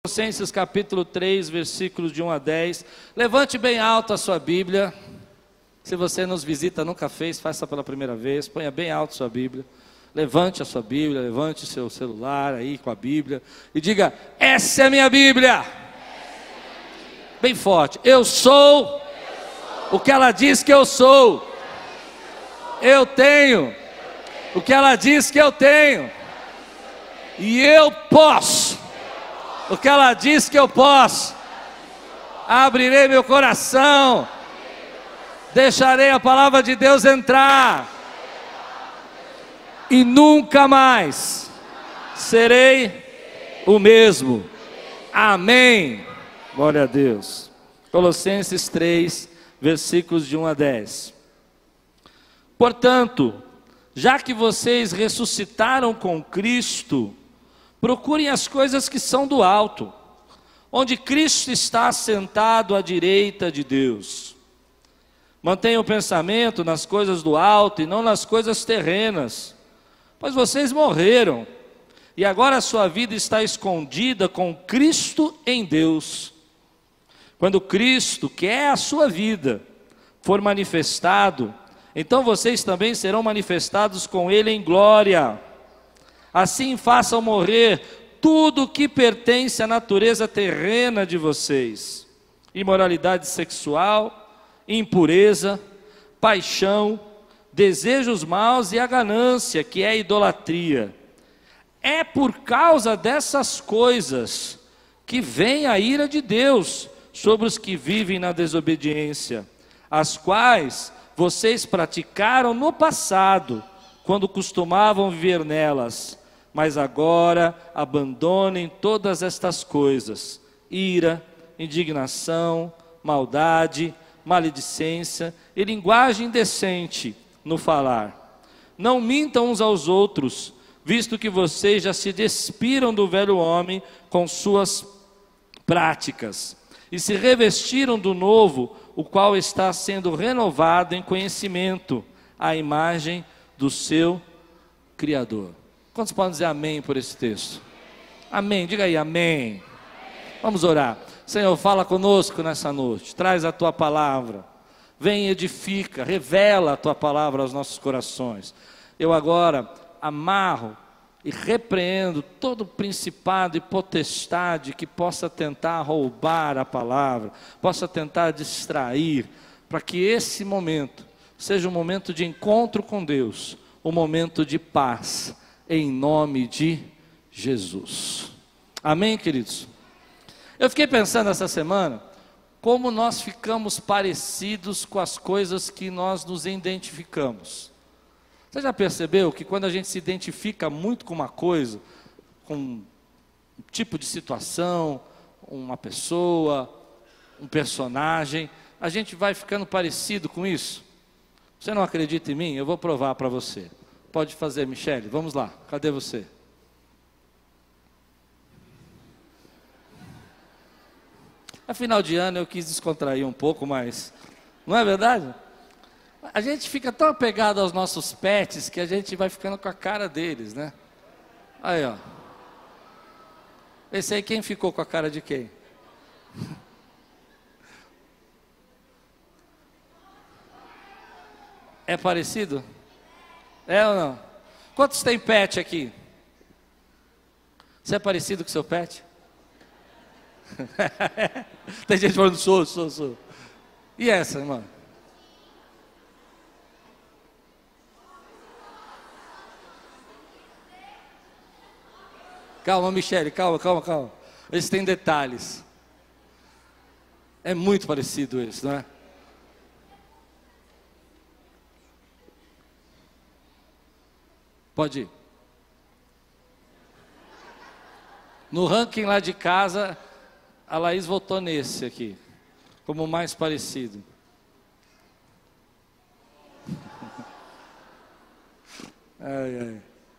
Colossenses capítulo 3, versículos de 1 a 10. Levante bem alto a sua Bíblia. Se você nos visita, nunca fez, faça pela primeira vez. Ponha bem alto a sua Bíblia. Levante a sua Bíblia, levante o seu celular aí com a Bíblia e diga: essa é a minha Bíblia. Bem forte. Eu sou o que ela diz que eu sou. Eu tenho o que ela diz que eu tenho. E eu posso o que ela diz que eu posso. Abrirei meu coração. Deixarei a palavra de Deus entrar. E nunca mais serei o mesmo. Amém. Glória a Deus. Colossenses 3, versículos de 1 a 10. Portanto, já que vocês ressuscitaram com Cristo, procurem as coisas que são do alto, onde Cristo está assentado à direita de Deus. Mantenham o pensamento nas coisas do alto e não nas coisas terrenas, pois vocês morreram, e agora a sua vida está escondida com Cristo em Deus. Quando Cristo, que é a sua vida, for manifestado, então vocês também serão manifestados com Ele em glória. Assim façam morrer tudo que pertence à natureza terrena de vocês: imoralidade sexual, impureza, paixão, desejos maus e a ganância, que é a idolatria. É por causa dessas coisas que vem a ira de Deus sobre os que vivem na desobediência, as quais vocês praticaram no passado, quando costumavam viver nelas. Mas agora abandonem todas estas coisas: ira, indignação, maldade, maledicência e linguagem indecente no falar. Não mintam uns aos outros, visto que vocês já se despiram do velho homem com suas práticas, e se revestiram do novo, o qual está sendo renovado em conhecimento, à imagem do seu Criador. Quantos podem dizer amém por esse texto? Amém, diga aí amém. Vamos orar. Senhor, fala conosco nessa noite, traz a tua palavra, vem e edifica, revela a tua palavra aos nossos corações. Eu agora amarro e repreendo todo principado e potestade que possa tentar roubar a palavra, possa tentar distrair, para que esse momento seja um momento de encontro com Deus, um momento de paz, em nome de Jesus. Amém, queridos? Eu fiquei pensando essa semana, como nós ficamos parecidos com as coisas que nós nos identificamos. Você já percebeu que quando a gente se identifica muito com uma coisa, com um tipo de situação, uma pessoa, um personagem, a gente vai ficando parecido com isso? Você não acredita em mim? Eu vou provar para você. Pode fazer, Michele, vamos lá, cadê você? A final de ano eu quis descontrair um pouco, mas não é verdade? A gente fica tão apegado aos nossos pets que a gente vai ficando com a cara deles, né? Aí, ó. Esse aí, quem ficou com a cara de quem? É parecido? É ou não? Quantos tem pet aqui? Você é parecido com seu pet? Tem gente falando, sou. E essa, irmã? Calma, Michele, calma. Eles têm detalhes. É muito parecido isso, não é? Pode ir. No ranking lá de casa, a Laís votou nesse aqui, como o mais parecido. Ai.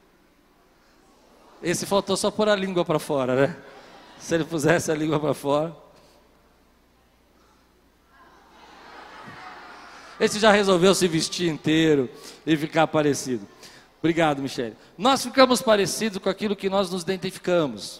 Esse faltou só pôr a língua para fora, né? Se ele pusesse a língua para fora. Esse já resolveu se vestir inteiro e ficar parecido. Obrigado, Michele. Nós ficamos parecidos com aquilo que nós nos identificamos.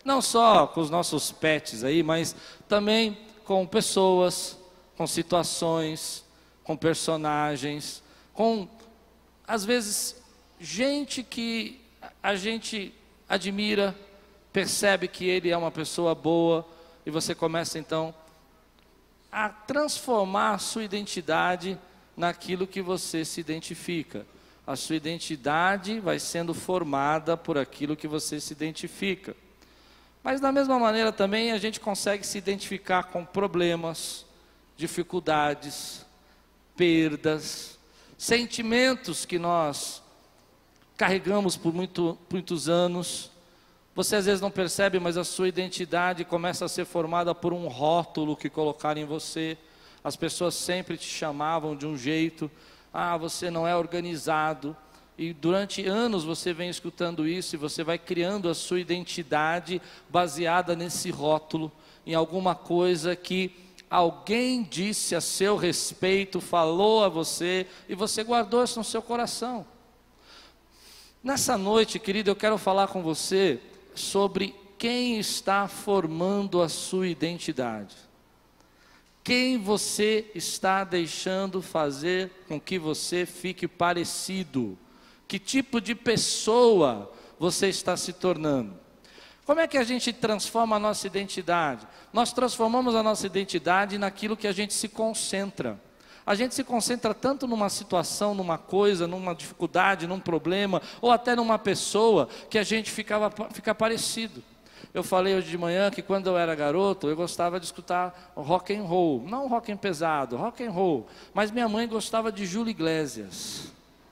Não só com os nossos pets aí, mas também com pessoas, com situações, com personagens, com, às vezes, gente que a gente admira, percebe que ele é uma pessoa boa, e você começa então a transformar a sua identidade naquilo que você se identifica. A sua identidade vai sendo formada por aquilo que você se identifica. Mas da mesma maneira também a gente consegue se identificar com problemas, dificuldades, perdas, sentimentos que nós carregamos por muitos anos. Você às vezes não percebe, mas a sua identidade começa a ser formada por um rótulo que colocaram em você. As pessoas sempre te chamavam de um jeito, você não é organizado. E durante anos você vem escutando isso e você vai criando a sua identidade baseada nesse rótulo, em alguma coisa que alguém disse a seu respeito, falou a você e você guardou isso no seu coração. Nessa noite, querido, eu quero falar com você sobre quem está formando a sua identidade. Quem você está deixando fazer com que você fique parecido? Que tipo de pessoa você está se tornando? Como é que a gente transforma a nossa identidade? Nós transformamos a nossa identidade naquilo que a gente se concentra. A gente se concentra tanto numa situação, numa coisa, numa dificuldade, num problema, ou até numa pessoa, que a gente fica parecido. Eu falei hoje de manhã que quando eu era garoto, eu gostava de escutar rock and roll. Não rock and pesado, rock and roll. Mas minha mãe gostava de Júlio Iglesias.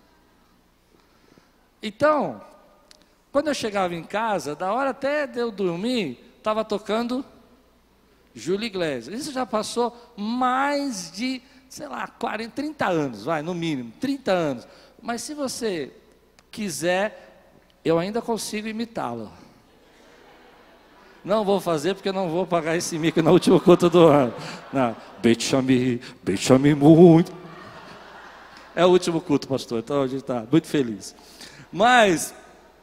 Então, quando eu chegava em casa, da hora até de eu dormir, estava tocando Júlio Iglesias. Isso já passou mais de, 30 anos, no mínimo, 30 anos. Mas se você quiser, eu ainda consigo imitá-lo. Não vou fazer porque eu não vou pagar esse mico na última conta do ano. Não, beija-me muito. É o último culto, pastor, então a gente está muito feliz. Mas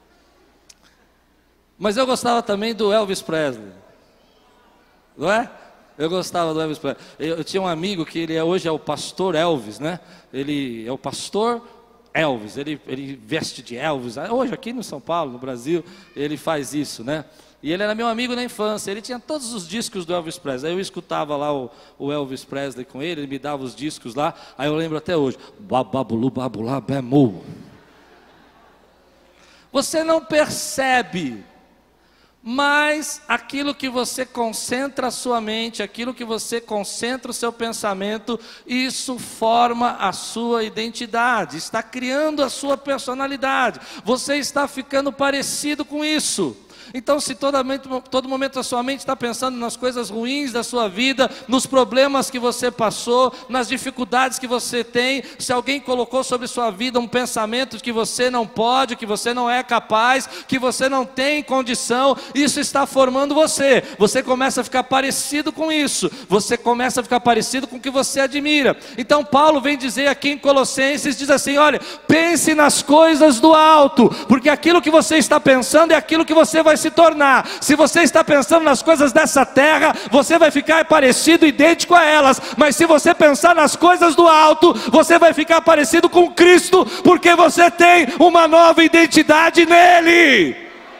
eu gostava também do Elvis Presley. Não é? Eu gostava do Elvis Presley. Eu tinha um amigo que hoje é o pastor Elvis, né? Ele é o pastor Elvis, ele veste de Elvis. Hoje aqui no São Paulo, no Brasil, ele faz isso, né? E ele era meu amigo na infância, ele tinha todos os discos do Elvis Presley. Aí eu escutava lá o Elvis Presley com ele me dava os discos lá. Aí eu lembro até hoje. Bababulu, babulá, bemu. Você não percebe, mas aquilo que você concentra a sua mente, aquilo que você concentra o seu pensamento, isso forma a sua identidade, está criando a sua personalidade. Você está ficando parecido com isso. Então, se todo momento a sua mente está pensando nas coisas ruins da sua vida, nos problemas que você passou, nas dificuldades que você tem, se alguém colocou sobre sua vida um pensamento de que você não pode, que você não é capaz, que você não tem condição, isso está formando você. Você começa a ficar parecido com isso, você começa a ficar parecido com o que você admira. Então Paulo vem dizer aqui em Colossenses, diz assim, olha, pense nas coisas do alto, porque aquilo que você está pensando é aquilo que você vai se tornar. Se você está pensando nas coisas dessa terra, você vai ficar parecido, idêntico a elas. Mas se você pensar nas coisas do alto, você vai ficar parecido com Cristo, porque você tem uma nova identidade nele.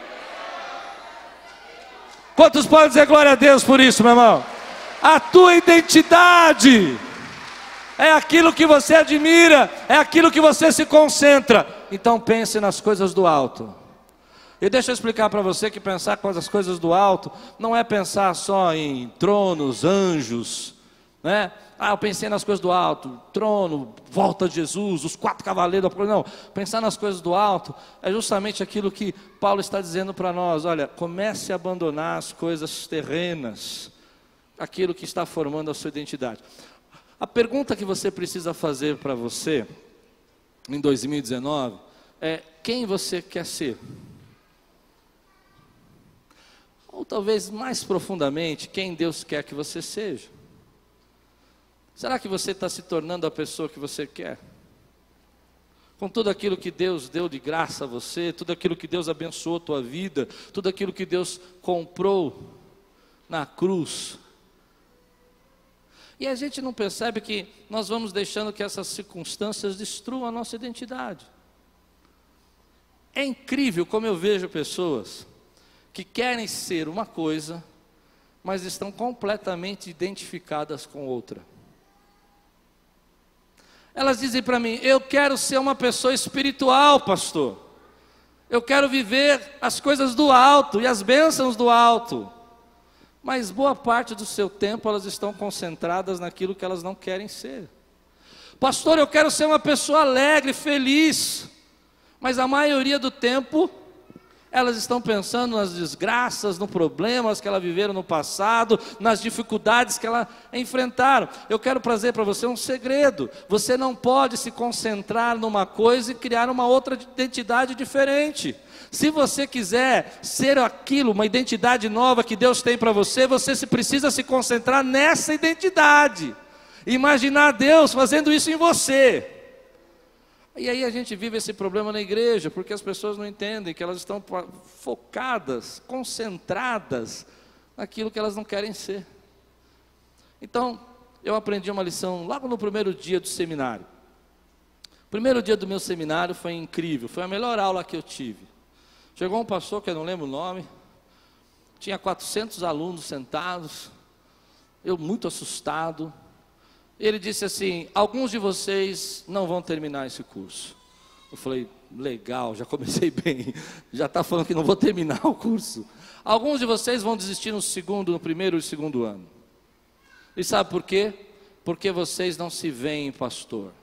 Quantos podem dizer glória a Deus por isso, meu irmão? A tua identidade é aquilo que você admira, é aquilo que você se concentra. Então pense nas coisas do alto. E deixa eu explicar para você que pensar com as coisas do alto não é pensar só em tronos, anjos, né? Eu pensei nas coisas do alto, trono, volta de Jesus, os 4 cavaleiros. Não, pensar nas coisas do alto é justamente aquilo que Paulo está dizendo para nós. Olha, comece a abandonar as coisas terrenas, aquilo que está formando a sua identidade. A pergunta que você precisa fazer para você, em 2019, é quem você quer ser? Ou talvez mais profundamente, quem Deus quer que você seja? Será que você está se tornando a pessoa que você quer? com tudo aquilo que Deus deu de graça a você, tudo aquilo que Deus abençoou a tua vida, tudo aquilo que Deus comprou na cruz. E a gente não percebe que nós vamos deixando que essas circunstâncias destruam a nossa identidade. É incrível como eu vejo pessoas que querem ser uma coisa, mas estão completamente identificadas com outra. Elas dizem para mim: eu quero ser uma pessoa espiritual, pastor. Eu quero viver as coisas do alto e as bênçãos do alto. Mas boa parte do seu tempo elas estão concentradas naquilo que elas não querem ser. Pastor, eu quero ser uma pessoa alegre, feliz. Mas a maioria do tempo elas estão pensando nas desgraças, nos problemas que elas viveram no passado, nas dificuldades que elas enfrentaram. Eu quero trazer para você um segredo: você não pode se concentrar numa coisa e criar uma outra identidade diferente. Se você quiser ser aquilo, uma identidade nova que Deus tem para você, você precisa se concentrar nessa identidade, imaginar Deus fazendo isso em você. E aí a gente vive esse problema na igreja, porque as pessoas não entendem que elas estão focadas, concentradas naquilo que elas não querem ser. Então, eu aprendi uma lição logo no primeiro dia do seminário. O primeiro dia do meu seminário foi incrível, foi a melhor aula que eu tive. Chegou um pastor que eu não lembro o nome, tinha 400 alunos sentados, eu muito assustado. Ele disse assim: alguns de vocês não vão terminar esse curso. Eu falei: legal, já comecei bem, já está falando que não vou terminar o curso. Alguns de vocês vão desistir no primeiro e segundo ano. E sabe por quê? Porque vocês não se veem, pastor.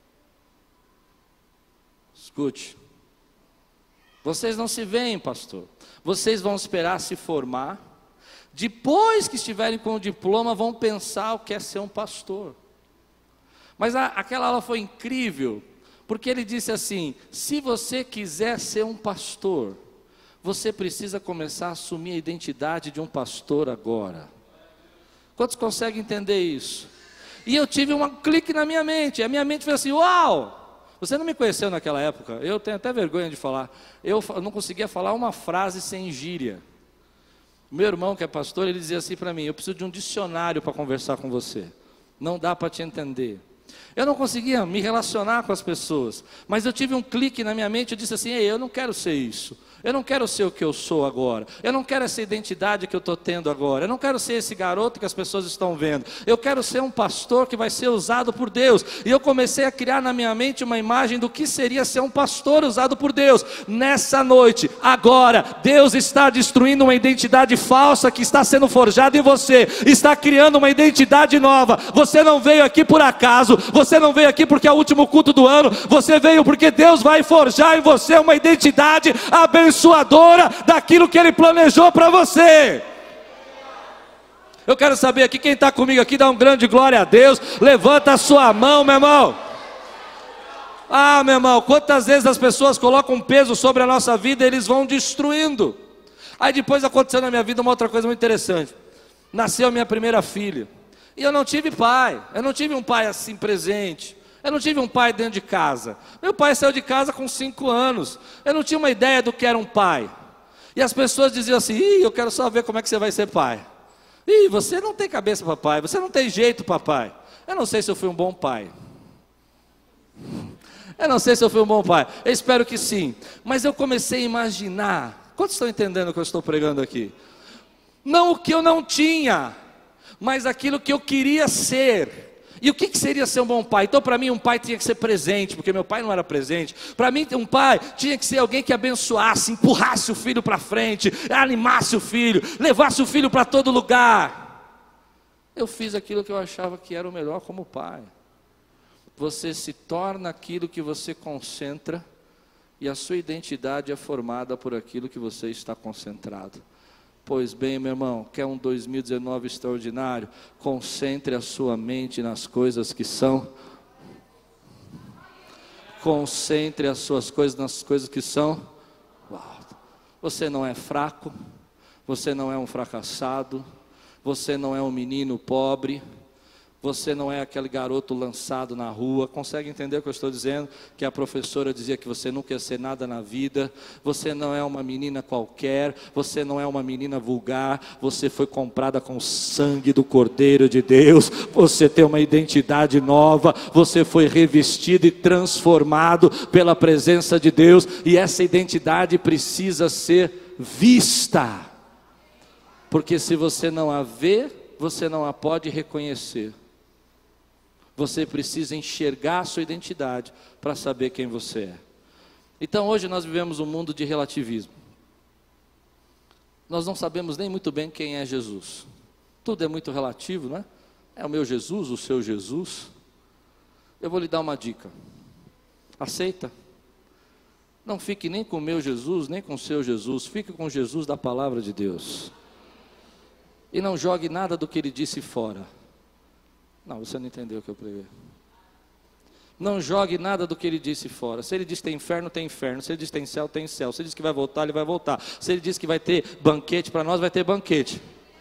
Escute. Vocês não se veem, pastor. Vocês vão esperar se formar. Depois que estiverem com o diploma, vão pensar o que é ser um pastor. Mas aquela aula foi incrível, porque ele disse assim: se você quiser ser um pastor, você precisa começar a assumir a identidade de um pastor agora. Quantos conseguem entender isso? E eu tive um clique na minha mente, a minha mente foi assim: uau! Você não me conheceu naquela época, eu tenho até vergonha de falar, eu não conseguia falar uma frase sem gíria. O meu irmão, que é pastor, ele dizia assim para mim: eu preciso de um dicionário para conversar com você, não dá para te entender. Eu não conseguia me relacionar com as pessoas, mas eu tive um clique na minha mente, eu disse assim: ei, eu não quero ser isso, eu não quero ser o que eu sou agora, eu não quero essa identidade que eu estou tendo agora, eu não quero ser esse garoto que as pessoas estão vendo, eu quero ser um pastor que vai ser usado por Deus. E eu comecei a criar na minha mente uma imagem do que seria ser um pastor usado por Deus. Nessa noite, agora, Deus está destruindo uma identidade falsa que está sendo forjada em você, está criando uma identidade nova. Você não veio aqui por acaso, você não veio aqui porque é o último culto do ano, você veio porque Deus vai forjar em você uma identidade abençoadora daquilo que Ele planejou para você. Eu quero saber aqui, quem está comigo aqui, dá um grande glória a Deus, levanta a sua mão, meu irmão. Ah, meu irmão, quantas vezes as pessoas colocam um peso sobre a nossa vida e eles vão destruindo. Aí depois aconteceu na minha vida uma outra coisa muito interessante. Nasceu a minha primeira filha, e eu não tive pai, eu não tive um pai assim presente, eu não tive um pai dentro de casa. Meu pai saiu de casa com 5 anos, eu não tinha uma ideia do que era um pai. E as pessoas diziam assim: ih, eu quero só ver como é que você vai ser pai. Ih, você não tem cabeça, papai, você não tem jeito, papai. Eu não sei se eu fui um bom pai. Eu não sei se eu fui um bom pai, eu espero que sim. Mas eu comecei a imaginar. Quantos estão entendendo o que eu estou pregando aqui? Não o que eu não tinha, mas aquilo que eu queria ser. E o que seria ser um bom pai? Então para mim um pai tinha que ser presente, porque meu pai não era presente. Para mim um pai tinha que ser alguém que abençoasse, empurrasse o filho para frente, animasse o filho, levasse o filho para todo lugar. Eu fiz aquilo que eu achava que era o melhor como pai. Você se torna aquilo que você concentra, e a sua identidade é formada por aquilo que você está concentrado. Pois bem, meu irmão, quer um 2019 extraordinário? Concentre a sua mente nas coisas que são. Concentre as suas coisas nas coisas que são. Uau. Você não é fraco, você não é um fracassado, você não é um menino pobre, Você não é aquele garoto lançado na rua. Consegue entender o que eu estou dizendo? Que a professora dizia que você nunca ia ser nada na vida. Você não é uma menina qualquer. Você não é uma menina vulgar. Você foi comprada com o sangue do Cordeiro de Deus. Você tem uma identidade nova. Você foi revestido e transformado pela presença de Deus. E essa identidade precisa ser vista. Porque se você não a vê, você não a pode reconhecer. Você precisa enxergar a sua identidade para saber quem você é. Então hoje nós vivemos um mundo de relativismo. Nós não sabemos nem muito bem quem é Jesus. Tudo é muito relativo, não é? É o meu Jesus, o seu Jesus. Eu vou lhe dar uma dica. Aceita? Não fique nem com o meu Jesus, nem com o seu Jesus. Fique com Jesus da palavra de Deus. E não jogue nada do que ele disse fora. Não, você não entendeu o que eu preguei. Não jogue nada do que ele disse fora. Se ele disse que tem inferno, tem inferno. Se ele disse que tem céu, tem céu. Se ele disse que vai voltar, ele vai voltar. Se ele disse que vai ter banquete para nós, vai ter banquete.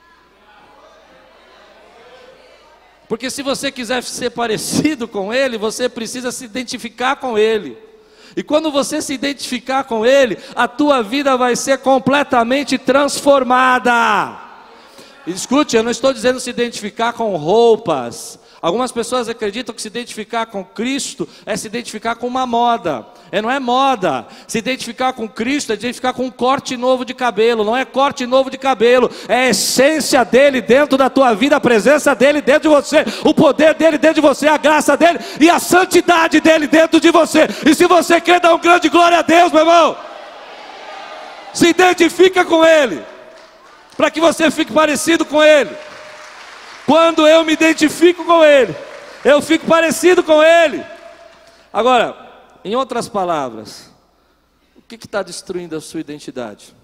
Porque se você quiser ser parecido com ele, você precisa se identificar com ele. E quando você se identificar com ele, a tua vida vai ser completamente transformada. Escute, eu não estou dizendo se identificar com roupas. Algumas pessoas acreditam que se identificar com Cristo é se identificar com uma moda. Não é moda. Se identificar com Cristo é identificar com um corte novo de cabelo. Não é corte novo de cabelo, é a essência dele dentro da tua vida, a presença dele dentro de você, o poder dele dentro de você, a graça dele e a santidade dele dentro de você. E se você quer dar um grande glória a Deus, meu irmão, se identifica com ele, para que você fique parecido com ele. Quando eu me identifico com ele, eu fico parecido com ele. Agora, em outras palavras, o que está destruindo a sua identidade?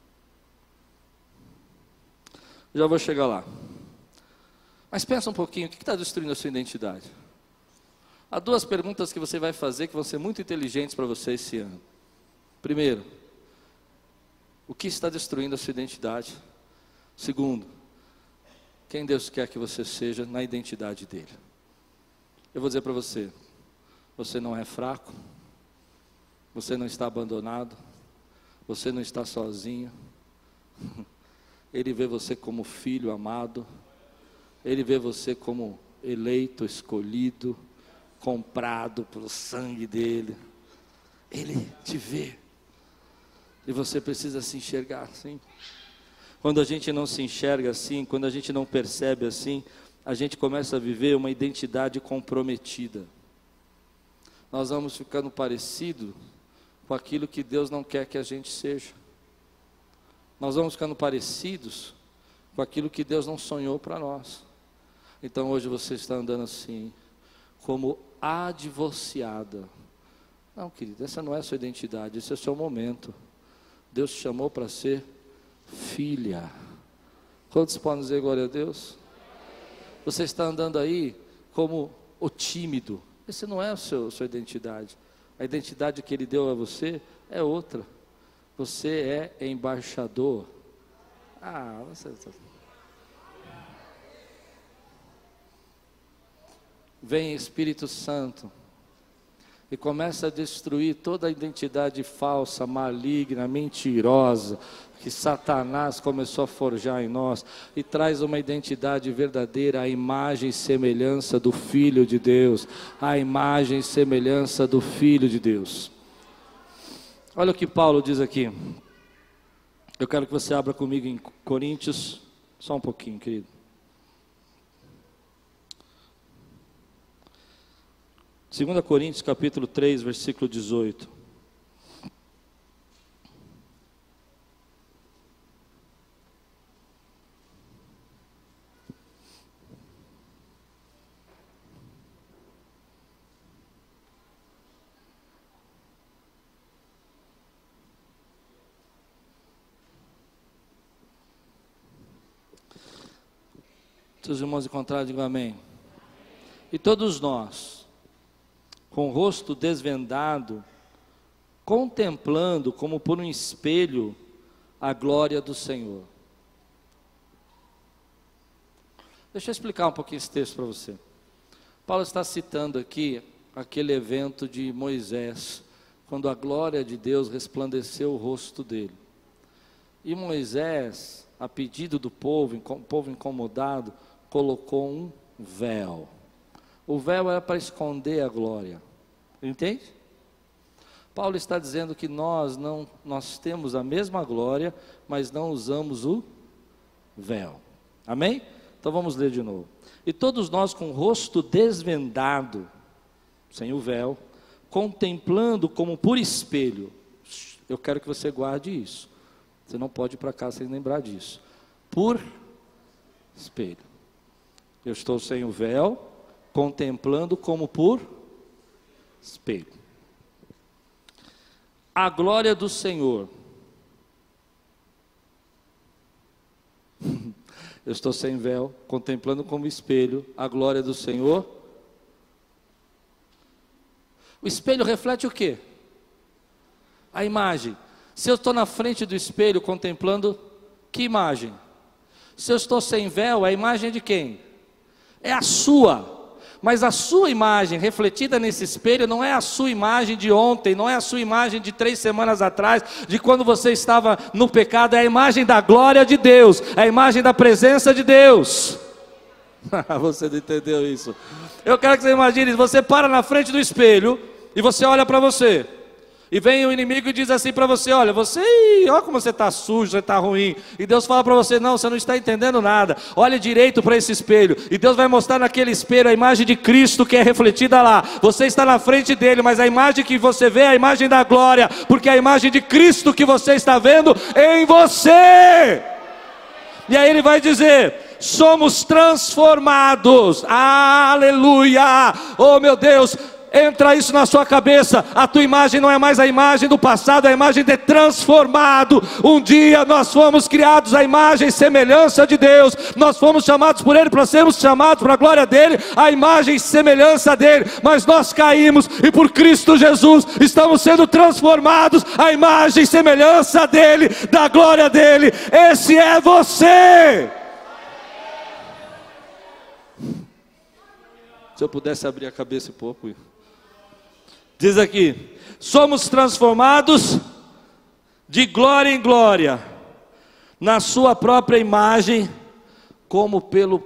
Já vou chegar lá. Mas pensa um pouquinho, o que está destruindo a sua identidade? Há duas perguntas que você vai fazer que vão ser muito inteligentes para você esse ano. Primeiro, o que está destruindo a sua identidade? Segundo, quem Deus quer que você seja na identidade dele? Eu vou dizer para você, você não é fraco, você não está abandonado, você não está sozinho. Ele vê você como filho amado, ele vê você como eleito, escolhido, comprado pelo sangue dele. Ele te vê, e você precisa se enxergar assim. Quando a gente não se enxerga assim, quando a gente não percebe assim, a gente começa a viver uma identidade comprometida. Nós vamos ficando parecido com aquilo que Deus não quer que a gente seja. Nós vamos ficando parecidos com aquilo que Deus não sonhou para nós. Então hoje você está andando assim, como a divorciada. Não, querido, essa não é a sua identidade, esse é o seu momento. Deus te chamou para ser filha. Quantos podem dizer glória a Deus? Você está andando aí como o tímido. Esse não é a sua identidade. A identidade que Ele deu a você é outra. Você é embaixador. Vem Espírito Santo e começa a destruir toda a identidade falsa, maligna, mentirosa, que Satanás começou a forjar em nós, e traz uma identidade verdadeira, a imagem e semelhança do Filho de Deus, a imagem e semelhança do Filho de Deus. Olha o que Paulo diz aqui. Eu quero que você abra comigo em Coríntios, só um pouquinho, querido. 2 Coríntios capítulo 3, versículo 18. Se os irmãos encontrarem, digam amém. E todos nós, com o rosto desvendado, contemplando como por um espelho a glória do Senhor. Deixa eu explicar um pouquinho esse texto para você. Paulo está citando aqui aquele evento de Moisés, quando a glória de Deus resplandeceu o rosto dele. E Moisés, a pedido do povo, o povo incomodado, colocou um véu. O véu era para esconder a glória. Entende? Paulo está dizendo que nós temos a mesma glória, mas não usamos o véu. Amém? Então vamos ler de novo. E todos nós com o rosto desvendado, sem o véu, contemplando como por espelho. Eu quero que você guarde isso. Você não pode ir para cá sem lembrar disso. Por espelho. Eu estou sem o véu, contemplando como por espelho. A glória do Senhor. Eu estou sem véu, contemplando como espelho a glória do Senhor. O espelho reflete o quê? A imagem. Se eu estou na frente do espelho contemplando, que imagem? Se eu estou sem véu, a imagem é de quem? É a sua. Mas a sua imagem refletida nesse espelho não é a sua imagem de ontem, não é a sua imagem de 3 semanas atrás, de quando você estava no pecado, é a imagem da glória de Deus, é a imagem da presença de Deus. Você não entendeu isso? Eu quero que você imagine, você para na frente do espelho e você olha para você. E vem o inimigo e diz assim para você: olha como você está sujo, você está ruim. E Deus fala para você: não, você não está entendendo nada. Olhe direito para esse espelho. E Deus vai mostrar naquele espelho a imagem de Cristo que é refletida lá. Você está na frente dele, mas a imagem que você vê é a imagem da glória, porque é a imagem de Cristo que você está vendo em você. E aí ele vai dizer: somos transformados. Aleluia! Oh meu Deus! Entra isso na sua cabeça. A tua imagem não é mais a imagem do passado, é a imagem de transformado. Um dia nós fomos criados à imagem e semelhança de Deus. Nós fomos chamados por Ele para sermos chamados para a glória dEle, a imagem e semelhança dEle. Mas nós caímos e por Cristo Jesus estamos sendo transformados à imagem e semelhança dEle, da glória dEle. Esse é você. Se eu pudesse abrir a cabeça um pouco. Diz aqui: somos transformados de glória em glória, na sua própria imagem, como pelo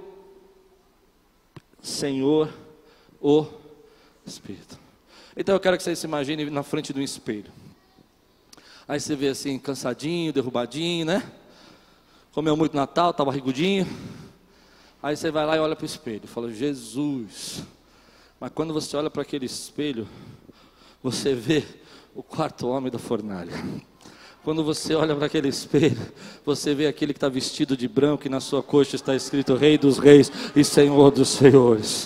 Senhor, o Espírito. Então eu quero que você se imagine na frente do espelho. Aí você vê assim, cansadinho, derrubadinho, né? Comeu muito Natal, está barrigudinho. Aí você vai lá e olha para o espelho e fala: Jesus. Mas quando você olha para aquele espelho, você vê o 4º homem da fornalha. Quando você olha para aquele espelho, você vê aquele que está vestido de branco e na sua coxa está escrito Rei dos Reis e Senhor dos Senhores.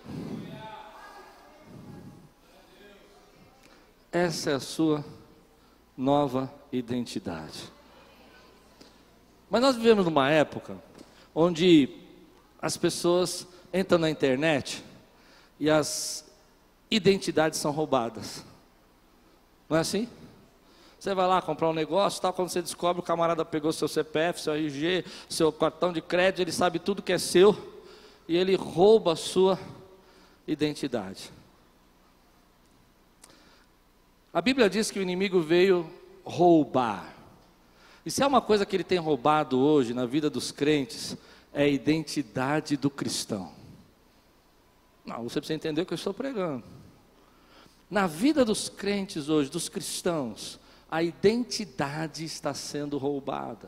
Essa é a sua nova identidade. Mas nós vivemos numa época onde as pessoas entram na internet e as identidades são roubadas. Não é assim? Você vai lá comprar um negócio, tal, quando você descobre, o camarada pegou seu CPF, seu RG, seu cartão de crédito, ele sabe tudo que é seu, e ele rouba a sua identidade. A Bíblia diz que o inimigo veio roubar. E se há uma coisa que ele tem roubado hoje na vida dos crentes, é a identidade do cristão. Não, você precisa entender o que eu estou pregando. Na vida dos crentes hoje, dos cristãos, a identidade está sendo roubada.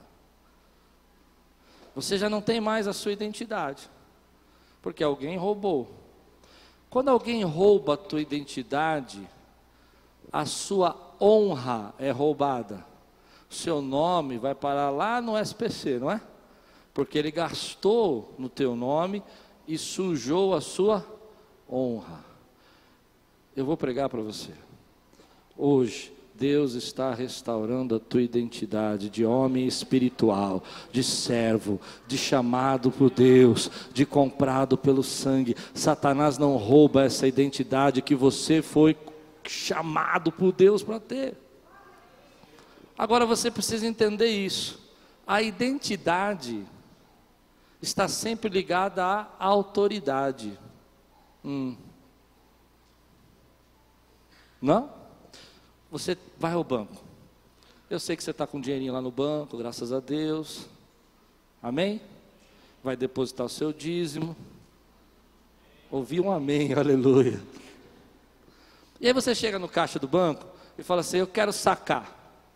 Você já não tem mais a sua identidade, porque alguém roubou. Quando alguém rouba a tua identidade, a sua honra é roubada. O seu nome vai parar lá no SPC, não é? Porque ele gastou no teu nome e sujou a sua honra. Eu vou pregar para você. Hoje, Deus está restaurando a tua identidade de homem espiritual, de servo, de chamado por Deus, de comprado pelo sangue. Satanás não rouba essa identidade que você foi chamado por Deus para ter. Agora você precisa entender isso. A identidade está sempre ligada à autoridade. Não? Você vai ao banco. Eu sei que você está com dinheirinho lá no banco, graças a Deus. Amém? Vai depositar o seu dízimo. Ouvi um amém, aleluia. E aí você chega no caixa do banco e fala assim: eu quero sacar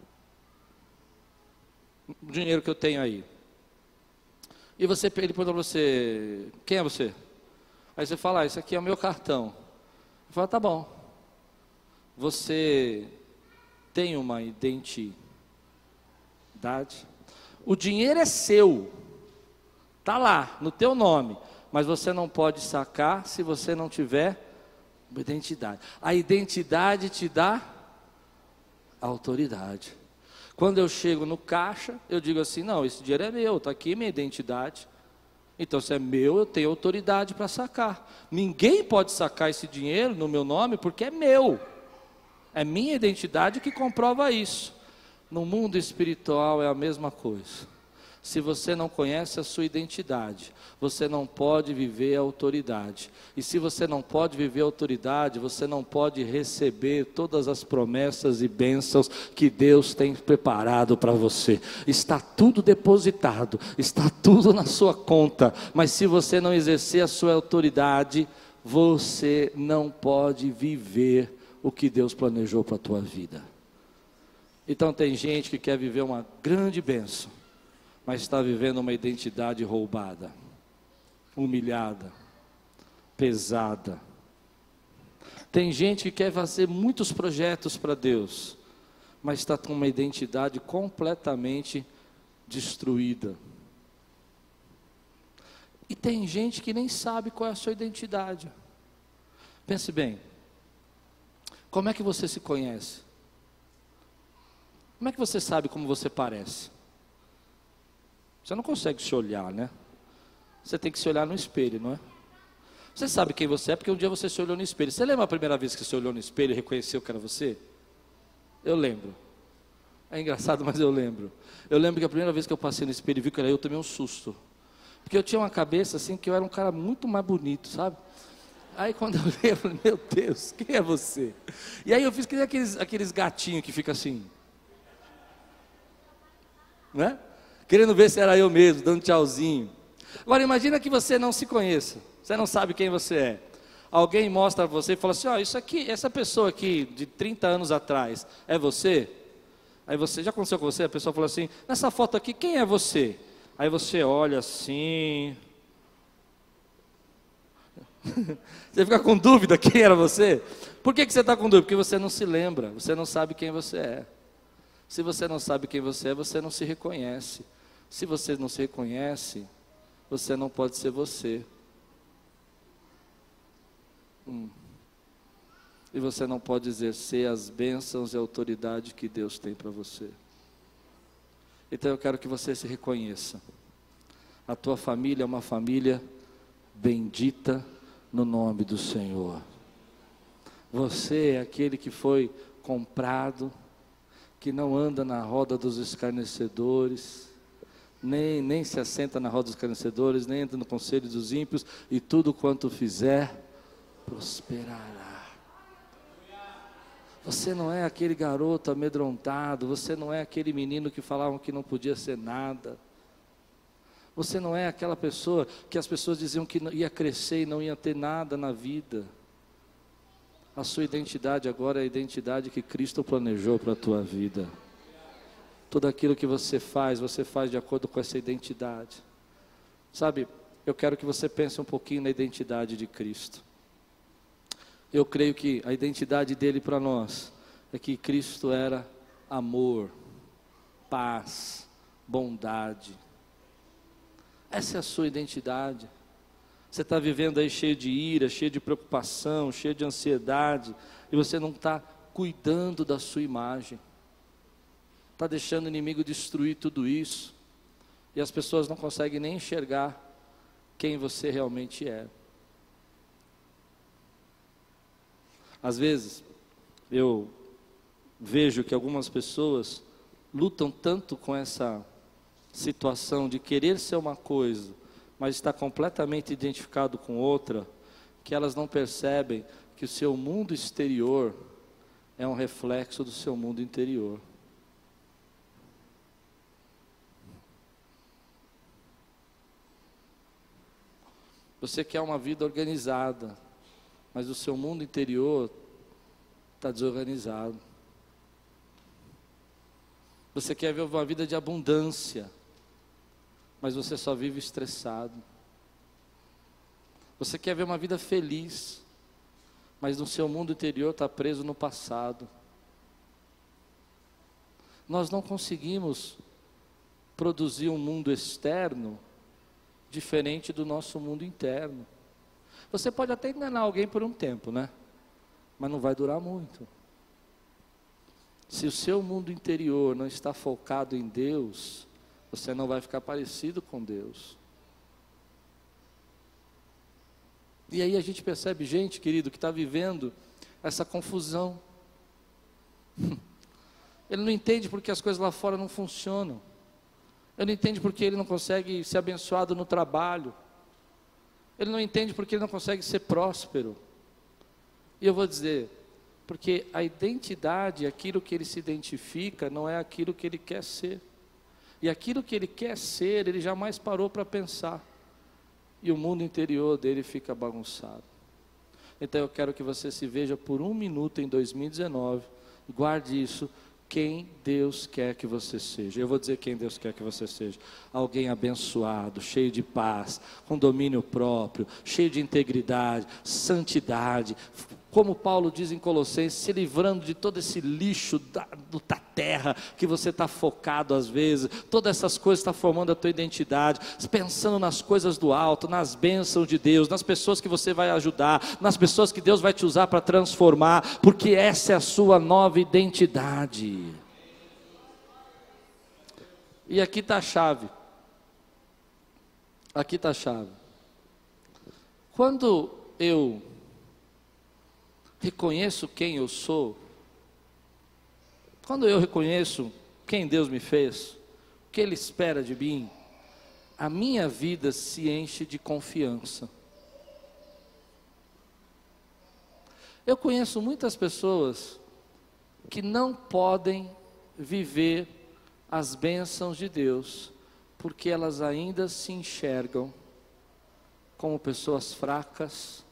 o dinheiro que eu tenho aí. E ele pergunta para você: quem é você? Aí você fala: isso aqui é o meu cartão. Ele fala: tá bom. Você tem uma identidade? O dinheiro é seu, está lá, no teu nome, mas você não pode sacar se você não tiver uma identidade. A identidade te dá autoridade. Quando eu chego no caixa, eu digo assim: não, esse dinheiro é meu, está aqui minha identidade. Então, se é meu, eu tenho autoridade para sacar. Ninguém pode sacar esse dinheiro no meu nome porque é meu. É minha identidade que comprova isso. No mundo espiritual é a mesma coisa. Se você não conhece a sua identidade, você não pode viver a autoridade. E se você não pode viver a autoridade, você não pode receber todas as promessas e bênçãos que Deus tem preparado para você. Está tudo depositado, está tudo na sua conta, mas se você não exercer a sua autoridade, você não pode viver o que Deus planejou para a tua vida. Então tem gente que quer viver uma grande bênção, mas está vivendo uma identidade roubada, humilhada, pesada. Tem gente que quer fazer muitos projetos para Deus, mas está com uma identidade completamente destruída. E tem gente que nem sabe qual é a sua identidade. Pense bem, como é que você se conhece? Como é que você sabe como você parece? Você não consegue se olhar, né? Você tem que se olhar no espelho, não é? Você sabe quem você é porque um dia você se olhou no espelho. Você lembra a primeira vez que você olhou no espelho e reconheceu que era você? Eu lembro. É engraçado, mas eu lembro. Eu lembro que a primeira vez que eu passei no espelho e vi que era eu tomei um susto. Porque eu tinha uma cabeça assim que eu era um cara muito mais bonito, sabe? Aí quando eu olhei, eu falei: meu Deus, quem é você? E aí eu fiz que nem aqueles gatinhos que ficam assim, né? Querendo ver se era eu mesmo, dando tchauzinho. Agora imagina que você não se conheça, você não sabe quem você é. Alguém mostra a você e fala assim: ó, isso aqui, essa pessoa aqui de 30 anos atrás, é você? Aí você, já aconteceu com você? A pessoa fala assim: nessa foto aqui, quem é você? Aí você olha assim, você fica com dúvida quem era você? Por que você está com dúvida? Porque você não se lembra, você não sabe quem você é. Se você não sabe quem você é, você não se reconhece. Se você não se reconhece, você não pode ser você. E você não pode exercer as bênçãos e a autoridade que Deus tem para você. Então eu quero que você se reconheça. A tua família é uma família bendita no nome do Senhor. Você é aquele que foi comprado, que não anda na roda dos escarnecedores, nem se assenta na roda dos escarnecedores, nem entra no conselho dos ímpios, e tudo quanto fizer, prosperará. Você não é aquele garoto amedrontado, você não é aquele menino que falavam que não podia ser nada. Você não é aquela pessoa que as pessoas diziam que ia crescer e não ia ter nada na vida. A sua identidade agora é a identidade que Cristo planejou para a tua vida. Tudo aquilo que você faz de acordo com essa identidade. Sabe, eu quero que você pense um pouquinho na identidade de Cristo. Eu creio que a identidade dele para nós é que Cristo era amor, paz, bondade. Essa é a sua identidade. Você está vivendo aí cheio de ira, cheio de preocupação, cheio de ansiedade, e você não está cuidando da sua imagem. Está deixando o inimigo destruir tudo isso, e as pessoas não conseguem nem enxergar quem você realmente é. Às vezes, eu vejo que algumas pessoas lutam tanto com essa situação de querer ser uma coisa, mas está completamente identificado com outra, que elas não percebem que o seu mundo exterior é um reflexo do seu mundo interior. Você quer uma vida organizada, mas o seu mundo interior está desorganizado. Você quer ver uma vida de abundância, mas você só vive estressado. Você quer ver uma vida feliz, mas no seu mundo interior está preso no passado. Nós não conseguimos produzir um mundo externo diferente do nosso mundo interno. Você pode até enganar alguém por um tempo, né? Mas não vai durar muito. Se o seu mundo interior não está focado em Deus, você não vai ficar parecido com Deus. E aí a gente percebe gente, querido, que está vivendo essa confusão. Ele não entende porque as coisas lá fora não funcionam. Ele não entende porque ele não consegue ser abençoado no trabalho. Ele não entende porque ele não consegue ser próspero. E eu vou dizer, porque a identidade, aquilo que ele se identifica, não é aquilo que ele quer ser. E aquilo que ele quer ser, ele jamais parou para pensar. E o mundo interior dele fica bagunçado. Então eu quero que você se veja por um minuto em 2019, guarde isso, quem Deus quer que você seja. Eu vou dizer quem Deus quer que você seja. Alguém abençoado, cheio de paz, com domínio próprio, cheio de integridade, santidade. Como Paulo diz em Colossenses, se livrando de todo esse lixo da terra, que você está focado às vezes, todas essas coisas estão formando a tua identidade, pensando nas coisas do alto, nas bênçãos de Deus, nas pessoas que você vai ajudar, nas pessoas que Deus vai te usar para transformar, porque essa é a sua nova identidade. E aqui está a chave. Aqui está a chave. Quando eu reconheço quem eu sou, quando eu reconheço quem Deus me fez, o que Ele espera de mim, a minha vida se enche de confiança. Eu conheço muitas pessoas que não podem viver as bênçãos de Deus, porque elas ainda se enxergam como pessoas fracas,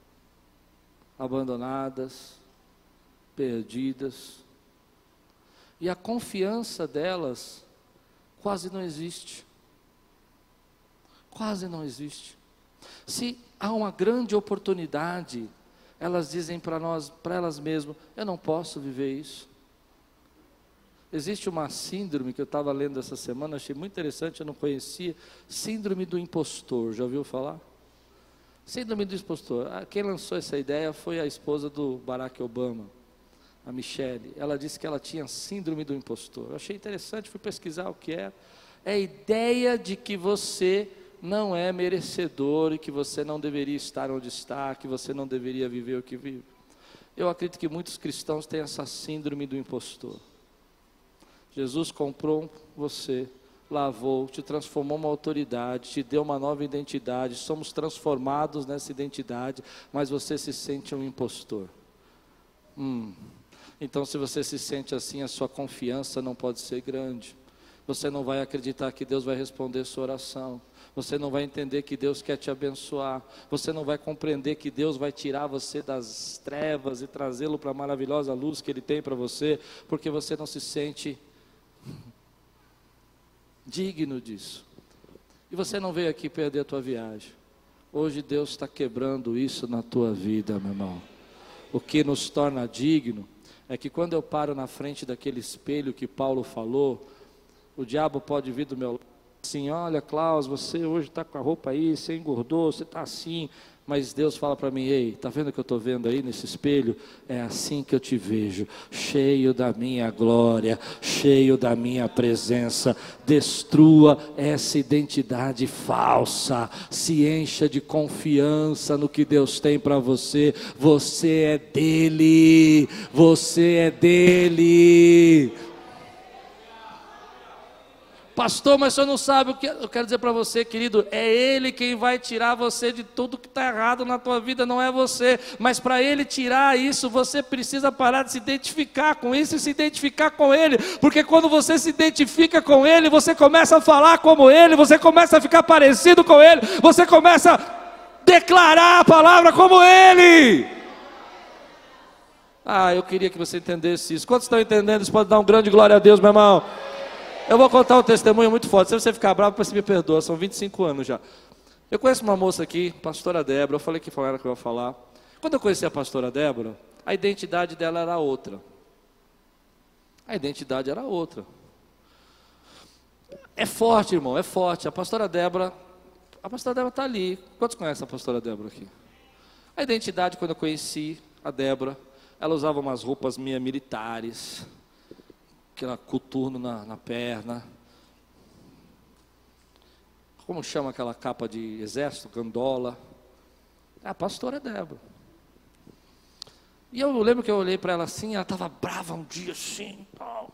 abandonadas, perdidas, e a confiança delas quase não existe. Quase não existe. Se há uma grande oportunidade, elas dizem para elas mesmas, eu não posso viver isso. Existe uma síndrome que eu estava lendo essa semana, achei muito interessante, eu não conhecia, síndrome do impostor, já ouviu falar? Síndrome do impostor. Quem lançou essa ideia foi a esposa do Barack Obama, a Michelle. Ela disse que ela tinha síndrome do impostor. Eu achei interessante, fui pesquisar o que é. É a ideia de que você não é merecedor e que você não deveria estar onde está, que você não deveria viver o que vive. Eu acredito que muitos cristãos têm essa síndrome do impostor. Jesus comprou você, lavou, te transformou uma autoridade, te deu uma nova identidade, somos transformados nessa identidade, mas você se sente um impostor. Então se você se sente assim, a sua confiança não pode ser grande. Você não vai acreditar que Deus vai responder sua oração. Você não vai entender que Deus quer te abençoar. Você não vai compreender que Deus vai tirar você das trevas e trazê-lo para a maravilhosa luz que Ele tem para você, porque você não se sente digno disso. E você não veio aqui perder a tua viagem. Hoje Deus está quebrando isso na tua vida, meu irmão. O que nos torna digno é que quando eu paro na frente daquele espelho que Paulo falou, o diabo pode vir do meu lado assim, olha Klaus, você hoje está com a roupa aí, você engordou, você está assim, mas Deus fala para mim, ei, está vendo o que eu estou vendo aí nesse espelho? É assim que eu te vejo, cheio da minha glória, cheio da minha presença. Destrua essa identidade falsa, se encha de confiança no que Deus tem para você. Você é dele, você é dele. Pastor, mas o senhor não sabe o que eu quero dizer para você, querido, é Ele quem vai tirar você de tudo que está errado na tua vida, não é você, mas para Ele tirar isso, você precisa parar de se identificar com isso e se identificar com Ele, porque quando você se identifica com Ele, você começa a falar como Ele, você começa a ficar parecido com Ele, você começa a declarar a palavra como Ele. Eu queria que você entendesse isso. Quantos estão entendendo? Você pode dar um grande glória a Deus, meu irmão. Eu vou contar um testemunho muito forte. Se você ficar bravo, você me perdoa. São 25 anos já. Eu conheço uma moça aqui, pastora Débora. Eu falei que foi ela que eu ia falar. Quando eu conheci a pastora Débora, a identidade dela era outra. A identidade era outra. É forte, irmão, é forte. A pastora Débora está ali. Quantos conhecem a pastora Débora aqui? A identidade, quando eu conheci a Débora, ela usava umas roupas militares, aquele coturno na perna. Como chama aquela capa de exército, gandola? É a pastora Débora. E eu lembro que eu olhei para ela assim, ela estava brava um dia assim, tal.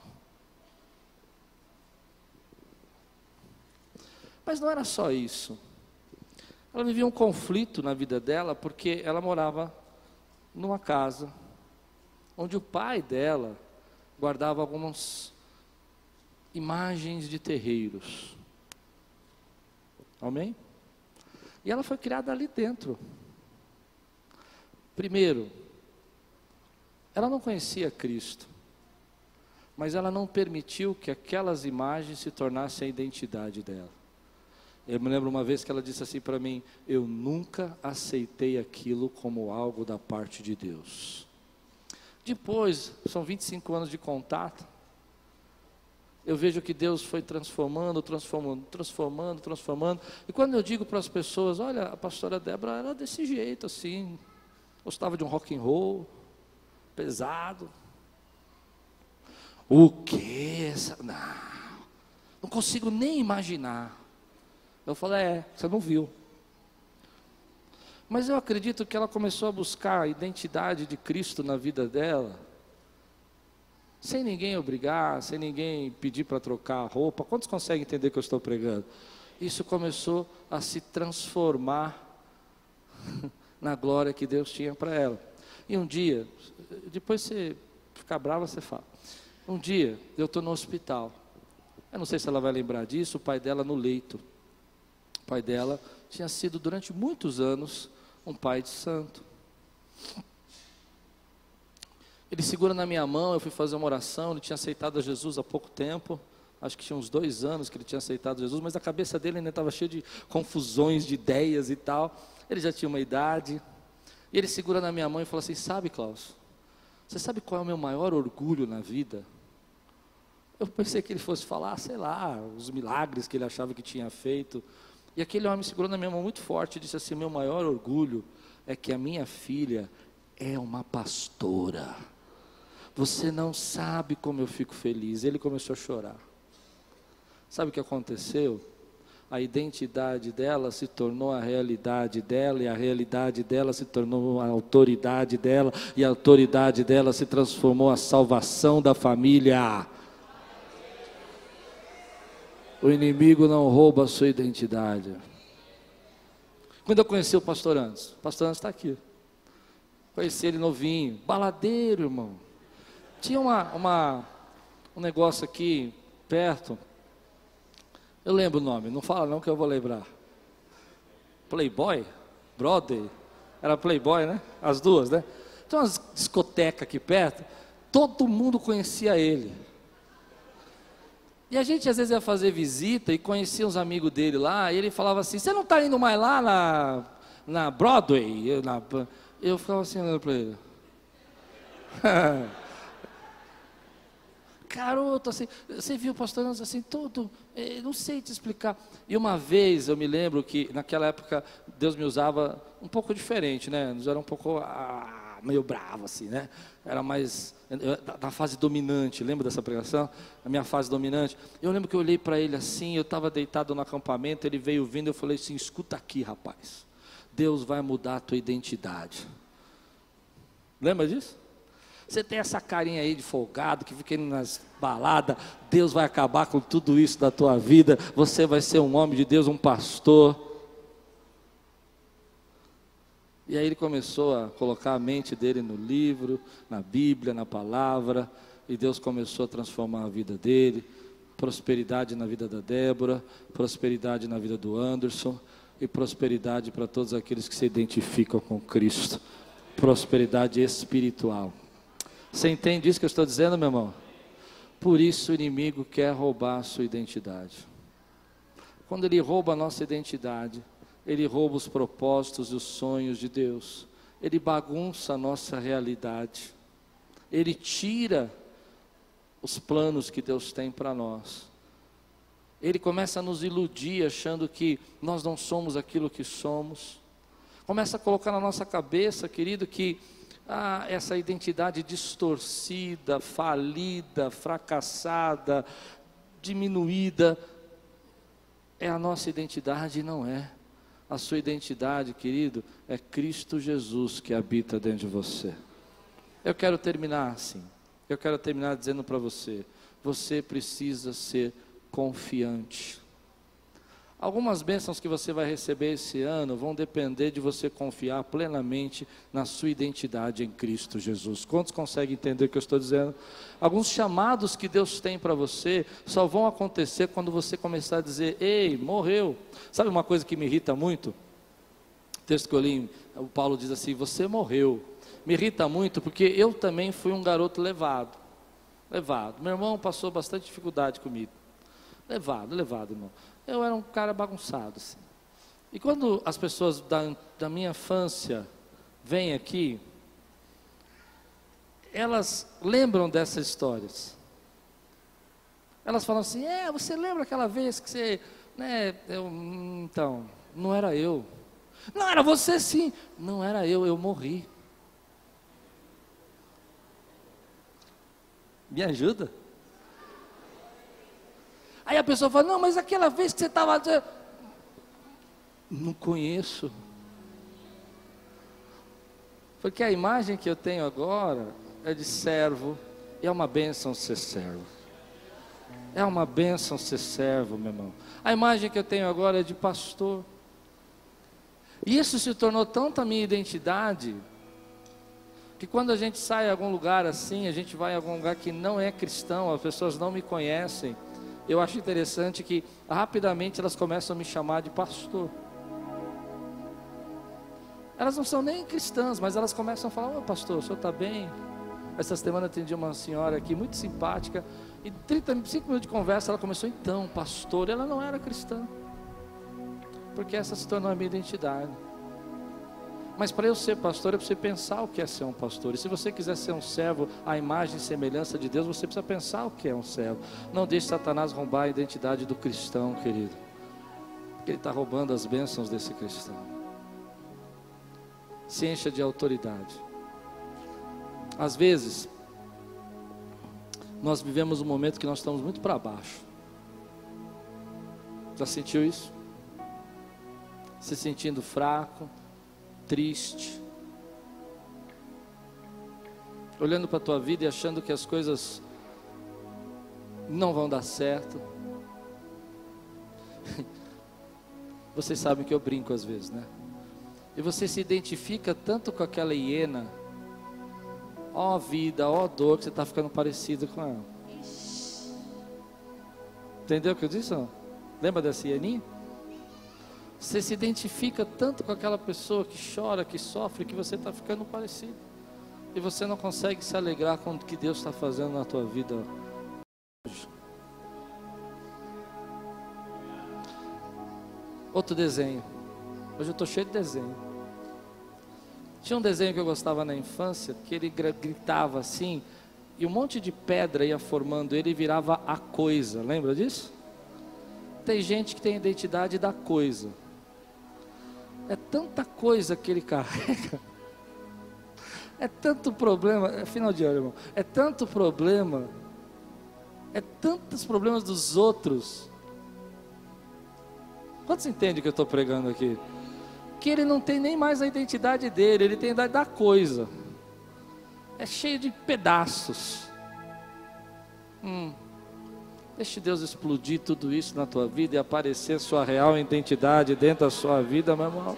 Mas não era só isso. Ela vivia um conflito na vida dela, porque ela morava numa casa onde o pai dela guardava algumas imagens de terreiros. Amém? E ela foi criada ali dentro. Primeiro, ela não conhecia Cristo, mas ela não permitiu que aquelas imagens se tornassem a identidade dela. Eu me lembro uma vez que ela disse assim para mim: eu nunca aceitei aquilo como algo da parte de Deus. Depois, são 25 anos de contato, eu vejo que Deus foi transformando. E quando eu digo para as pessoas: olha, a pastora Débora era desse jeito assim, gostava de um rock and roll, pesado. O quê? Não consigo nem imaginar. Eu falei: você não viu. Mas eu acredito que ela começou a buscar a identidade de Cristo na vida dela, sem ninguém obrigar, sem ninguém pedir para trocar a roupa. Quantos conseguem entender o que eu estou pregando? Isso começou a se transformar na glória que Deus tinha para ela. E um dia, depois você ficar brava, você fala. Um dia, eu estou no hospital. Eu não sei se ela vai lembrar disso, o pai dela no leito. O pai dela tinha sido durante muitos anos um pai de santo. Ele segura na minha mão, eu fui fazer uma oração, ele tinha aceitado a Jesus há pouco tempo, acho que tinha uns 2 anos que ele tinha aceitado Jesus, mas a cabeça dele ainda estava cheia de confusões, de ideias e tal. Ele já tinha uma idade, e ele segura na minha mão e fala assim: sabe, Klaus, você sabe qual é o meu maior orgulho na vida? Eu pensei que ele fosse falar, sei lá, os milagres que ele achava que tinha feito. E aquele homem segurou na minha mão muito forte e disse assim: meu maior orgulho é que a minha filha é uma pastora. Você não sabe como eu fico feliz. Ele começou a chorar. Sabe o que aconteceu? A identidade dela se tornou a realidade dela, e a realidade dela se tornou a autoridade dela, e a autoridade dela se transformou a salvação da família. O inimigo não rouba a sua identidade. Quando eu conheci o pastor Anderson está aqui. Conheci ele novinho, baladeiro, irmão. Tinha um negócio aqui perto. Eu lembro o nome, não fala não que eu vou lembrar. Playboy? Broadway? Era Playboy, né? As duas, né? Tem umas discotecas aqui perto. Todo mundo conhecia ele. E a gente às vezes ia fazer visita e conhecia uns amigos dele lá, e ele falava assim: você não está indo mais lá na Broadway? Eu ficava assim olhando para ele. Garoto, assim, você viu o pastor assim, todo, não sei te explicar. E uma vez eu me lembro que naquela época Deus me usava um pouco diferente, né? Nos era um pouco meio bravo assim, né? Era mais na fase dominante. Lembra dessa pregação? A minha fase dominante. Eu lembro que eu olhei para ele assim, eu estava deitado no acampamento, ele veio vindo, eu falei assim: escuta aqui, rapaz, Deus vai mudar a tua identidade. Lembra disso? Você tem essa carinha aí de folgado, que fica indo nas baladas, Deus vai acabar com tudo isso da tua vida, você vai ser um homem de Deus, um pastor. E aí ele começou a colocar a mente dele no livro, na Bíblia, na palavra, e Deus começou a transformar a vida dele, prosperidade na vida da Débora, prosperidade na vida do Anderson, e prosperidade para todos aqueles que se identificam com Cristo, prosperidade espiritual. Você entende isso que eu estou dizendo, meu irmão? Por isso o inimigo quer roubar a sua identidade. Quando ele rouba a nossa identidade, ele rouba os propósitos e os sonhos de Deus. Ele bagunça a nossa realidade. Ele tira os planos que Deus tem para nós. Ele começa a nos iludir achando que nós não somos aquilo que somos. Começa a colocar na nossa cabeça, querido, que essa identidade distorcida, falida, fracassada, diminuída, é a nossa identidade e não é. A sua identidade, querido, é Cristo Jesus que habita dentro de você. Eu quero terminar assim. Eu quero terminar dizendo para você, você precisa ser confiante. Algumas bênçãos que você vai receber esse ano vão depender de você confiar plenamente na sua identidade em Cristo Jesus. Quantos conseguem entender o que eu estou dizendo? Alguns chamados que Deus tem para você só vão acontecer quando você começar a dizer, ei, morreu. Sabe uma coisa que me irrita muito? O texto que eu li, o Paulo diz assim, você morreu. Me irrita muito porque eu também fui um garoto levado. Meu irmão passou bastante dificuldade comigo. Levado, irmão. Eu era um cara bagunçado, assim. E quando as pessoas da minha infância vêm aqui, elas lembram dessas histórias. Elas falam assim, você lembra aquela vez que você, então, não era eu. Não, era você sim. Não era eu morri. Me ajuda? Aí a pessoa fala, não, mas aquela vez que você estava... Não conheço. Porque a imagem que eu tenho agora é de servo, e é uma bênção ser servo. É uma bênção ser servo, meu irmão. A imagem que eu tenho agora é de pastor. E isso se tornou tanto a minha identidade, que quando a gente sai em algum lugar assim, a gente vai em algum lugar que não é cristão, as pessoas não me conhecem, eu acho interessante que rapidamente elas começam a me chamar de pastor. Elas não são nem cristãs, mas elas começam a falar, pastor, o senhor está bem? Essa semana eu atendi uma senhora aqui, muito simpática, e 35 minutos de conversa, ela começou, então, pastor, ela não era cristã, porque essa se tornou a minha identidade. Mas para eu ser pastor, é para você pensar o que é ser um pastor. E se você quiser ser um servo, à imagem e semelhança de Deus, você precisa pensar o que é um servo. Não deixe Satanás roubar a identidade do cristão, querido. Porque ele está roubando as bênçãos desse cristão. Se encha de autoridade. Às vezes, nós vivemos um momento que nós estamos muito para baixo. Já sentiu isso? Se sentindo fraco, triste, olhando para a tua vida e achando que as coisas não vão dar certo. Vocês sabem que eu brinco às vezes, né? E você se identifica tanto com aquela hiena, ó vida, ó dor, que você está ficando parecido com ela. Entendeu o que eu disse? Não? Lembra dessa hieninha? Você se identifica tanto com aquela pessoa que chora, que sofre, que você está ficando parecido. E você não consegue se alegrar com o que Deus está fazendo na tua vida hoje. Outro desenho. Hoje eu estou cheio de desenho. Tinha um desenho que eu gostava na infância, que ele gritava assim, e um monte de pedra ia formando ele e virava a coisa. Lembra disso? Tem gente que tem a identidade da coisa. É tanta coisa que ele carrega. É tanto problema. É final de ano, irmão. É tanto problema. É tantos problemas dos outros. Quantos entendem o que eu estou pregando aqui? Que ele não tem nem mais a identidade dele. Ele tem a identidade da coisa. é cheio de pedaços. Deixe Deus explodir tudo isso na tua vida e aparecer sua real identidade dentro da sua vida, meu irmão.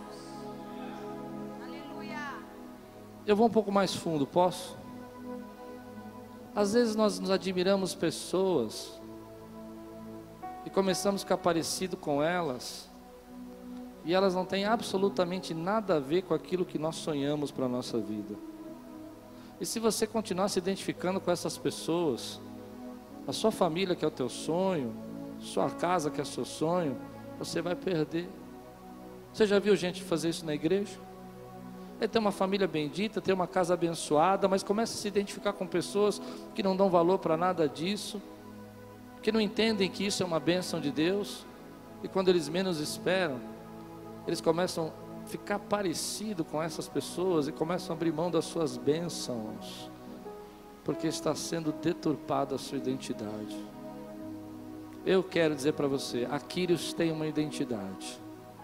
Eu vou um pouco mais fundo, posso? Às vezes nós nos admiramos pessoas e começamos a ficar parecido com elas, e elas não têm absolutamente nada a ver com aquilo que nós sonhamos para a nossa vida. E se você continuar se identificando com essas pessoas, a sua família que é o teu sonho, sua casa que é o seu sonho, você vai perder. Você já viu gente fazer isso na igreja? Ele tem uma família bendita, tem uma casa abençoada, mas começa a se identificar com pessoas que não dão valor para nada disso, que não entendem que isso é uma bênção de Deus, e quando eles menos esperam, eles começam a ficar parecido com essas pessoas e começam a abrir mão das suas bênçãos, porque está sendo deturpada a sua identidade. Eu quero dizer para você, a Quírios tem uma identidade.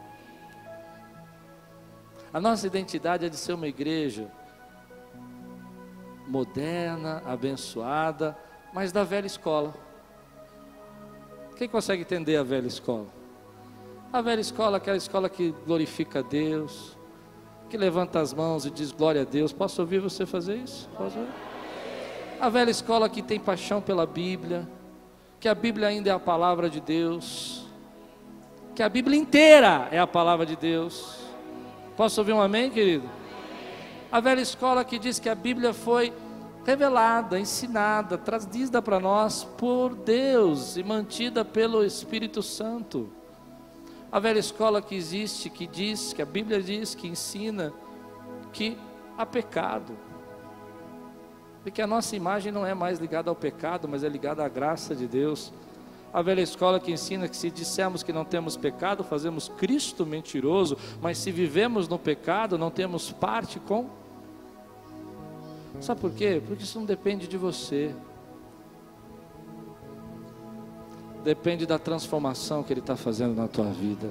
A nossa identidade é de ser uma igreja moderna, abençoada, mas da velha escola. Quem consegue entender a velha escola? A velha escola, aquela escola que glorifica a Deus, que levanta as mãos e diz glória a Deus. Posso ouvir você fazer isso? Posso ouvir? A velha escola que tem paixão pela Bíblia, que a Bíblia ainda é a palavra de Deus, que a Bíblia inteira é a palavra de Deus. Posso ouvir um amém, querido? A velha escola que diz que a Bíblia foi revelada, ensinada, trazida para nós por Deus e mantida pelo Espírito Santo. A velha escola que existe, que diz, que a Bíblia diz, que ensina que há pecado, e que a nossa imagem não é mais ligada ao pecado, mas é ligada à graça de Deus. A velha escola que ensina que se dissermos que não temos pecado, fazemos Cristo mentiroso, mas se vivemos no pecado, não temos parte com... Sabe por quê? Porque isso não depende de você, depende da transformação que Ele está fazendo na tua vida.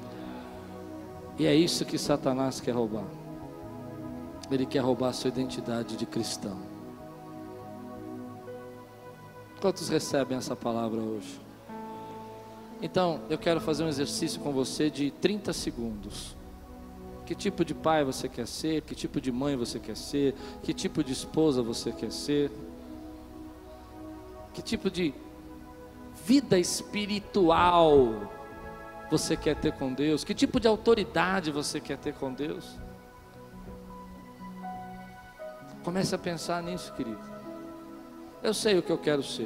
E é isso que Satanás quer roubar. Ele quer roubar a sua identidade de cristão. Quantos recebem essa palavra hoje? Então, eu quero fazer um exercício com você de 30 segundos. Que tipo de pai você quer ser? Que tipo de mãe você quer ser? Que tipo de esposa você quer ser? Que tipo de vida espiritual você quer ter com Deus? Que tipo de autoridade você quer ter com Deus? Comece a pensar nisso, querido. Eu sei o que eu quero ser.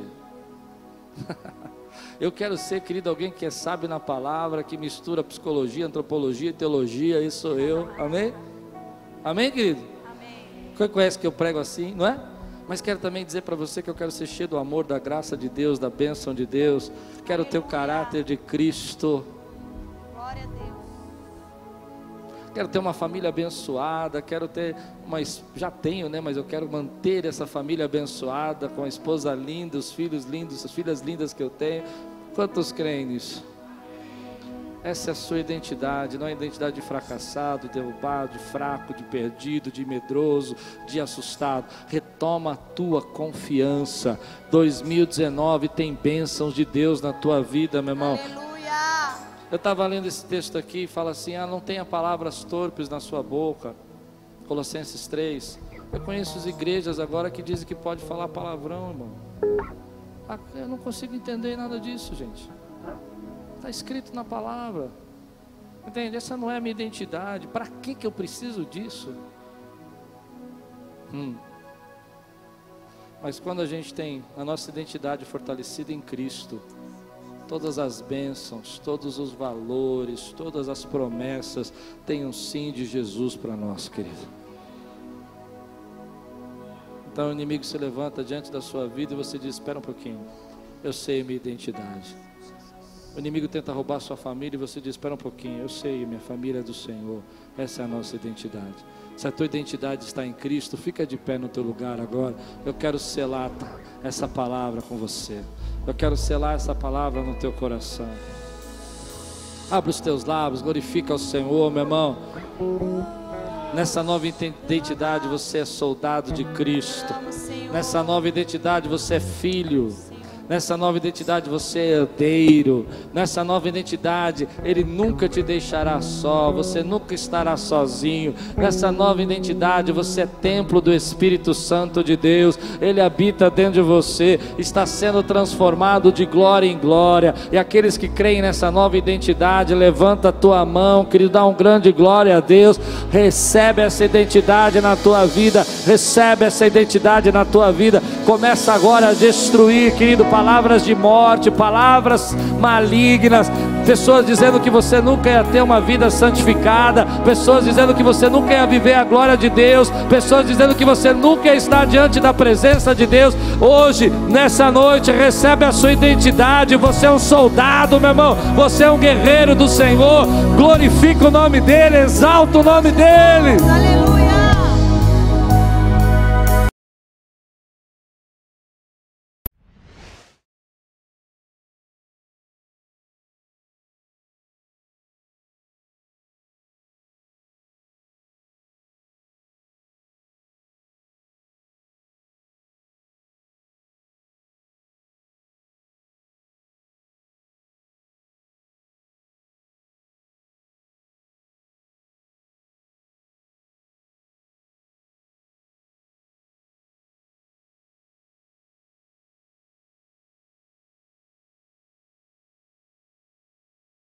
Eu quero ser, querido, alguém que é sábio na palavra, que mistura psicologia, antropologia e teologia. Isso sou eu, amém? Amém, querido? Amém. Quem conhece que eu prego assim, não é? Mas quero também dizer para você que eu quero ser cheio do amor, da graça de Deus, da bênção de Deus. Quero ter o caráter de Cristo. Glória a Deus. Quero ter uma família abençoada, quero ter uma... Já tenho, né? Mas eu quero manter essa família abençoada, com a esposa linda, os filhos lindos, as filhas lindas que eu tenho. Quantos creem nisso? Essa é a sua identidade, não é a identidade de fracassado, de derrubado, de fraco, de perdido, de medroso, de assustado. Retoma a tua confiança. 2019 tem bênçãos de Deus na tua vida, meu irmão. Aleluia. Eu estava lendo esse texto aqui e fala assim: não tenha palavras torpes na sua boca. Colossenses 3. Eu conheço as igrejas agora que dizem que pode falar palavrão, irmão. Eu não consigo entender nada disso, gente. Está escrito na palavra. Entende? Essa não é a minha identidade. Para que eu preciso disso? Mas quando a gente tem a nossa identidade fortalecida em Cristo, todas as bênçãos, todos os valores, todas as promessas têm um sim de Jesus para nós, querido. Então o inimigo se levanta diante da sua vida e você diz: espera um pouquinho, eu sei a minha identidade. O inimigo tenta roubar a sua família e você diz: espera um pouquinho, eu sei, minha família é do Senhor. Essa é a nossa identidade. Se a tua identidade está em Cristo, fica de pé no teu lugar agora. Eu quero selar essa palavra com você. Eu quero selar essa palavra no teu coração. Abre os teus lábios, glorifica ao Senhor, meu irmão. Nessa nova identidade você é soldado de Cristo. Nessa nova identidade você é filho. Nessa nova identidade você é herdeiro. Nessa nova identidade Ele nunca te deixará só. Você nunca estará sozinho. Nessa nova identidade você é templo do Espírito Santo de Deus. Ele habita dentro de você. Está sendo transformado de glória em glória. E aqueles que creem nessa nova identidade, levanta a tua mão, querido, dá um grande glória a Deus. Recebe essa identidade na tua vida. Recebe essa identidade na tua vida. Começa agora a destruir, querido, palavras de morte, palavras malignas, pessoas dizendo que você nunca ia ter uma vida santificada, pessoas dizendo que você nunca ia viver a glória de Deus, pessoas dizendo que você nunca ia estar diante da presença de Deus. Hoje, nessa noite, recebe a sua identidade. Você é um soldado, meu irmão, você é um guerreiro do Senhor. Glorifica o nome dEle, exalta o nome dEle.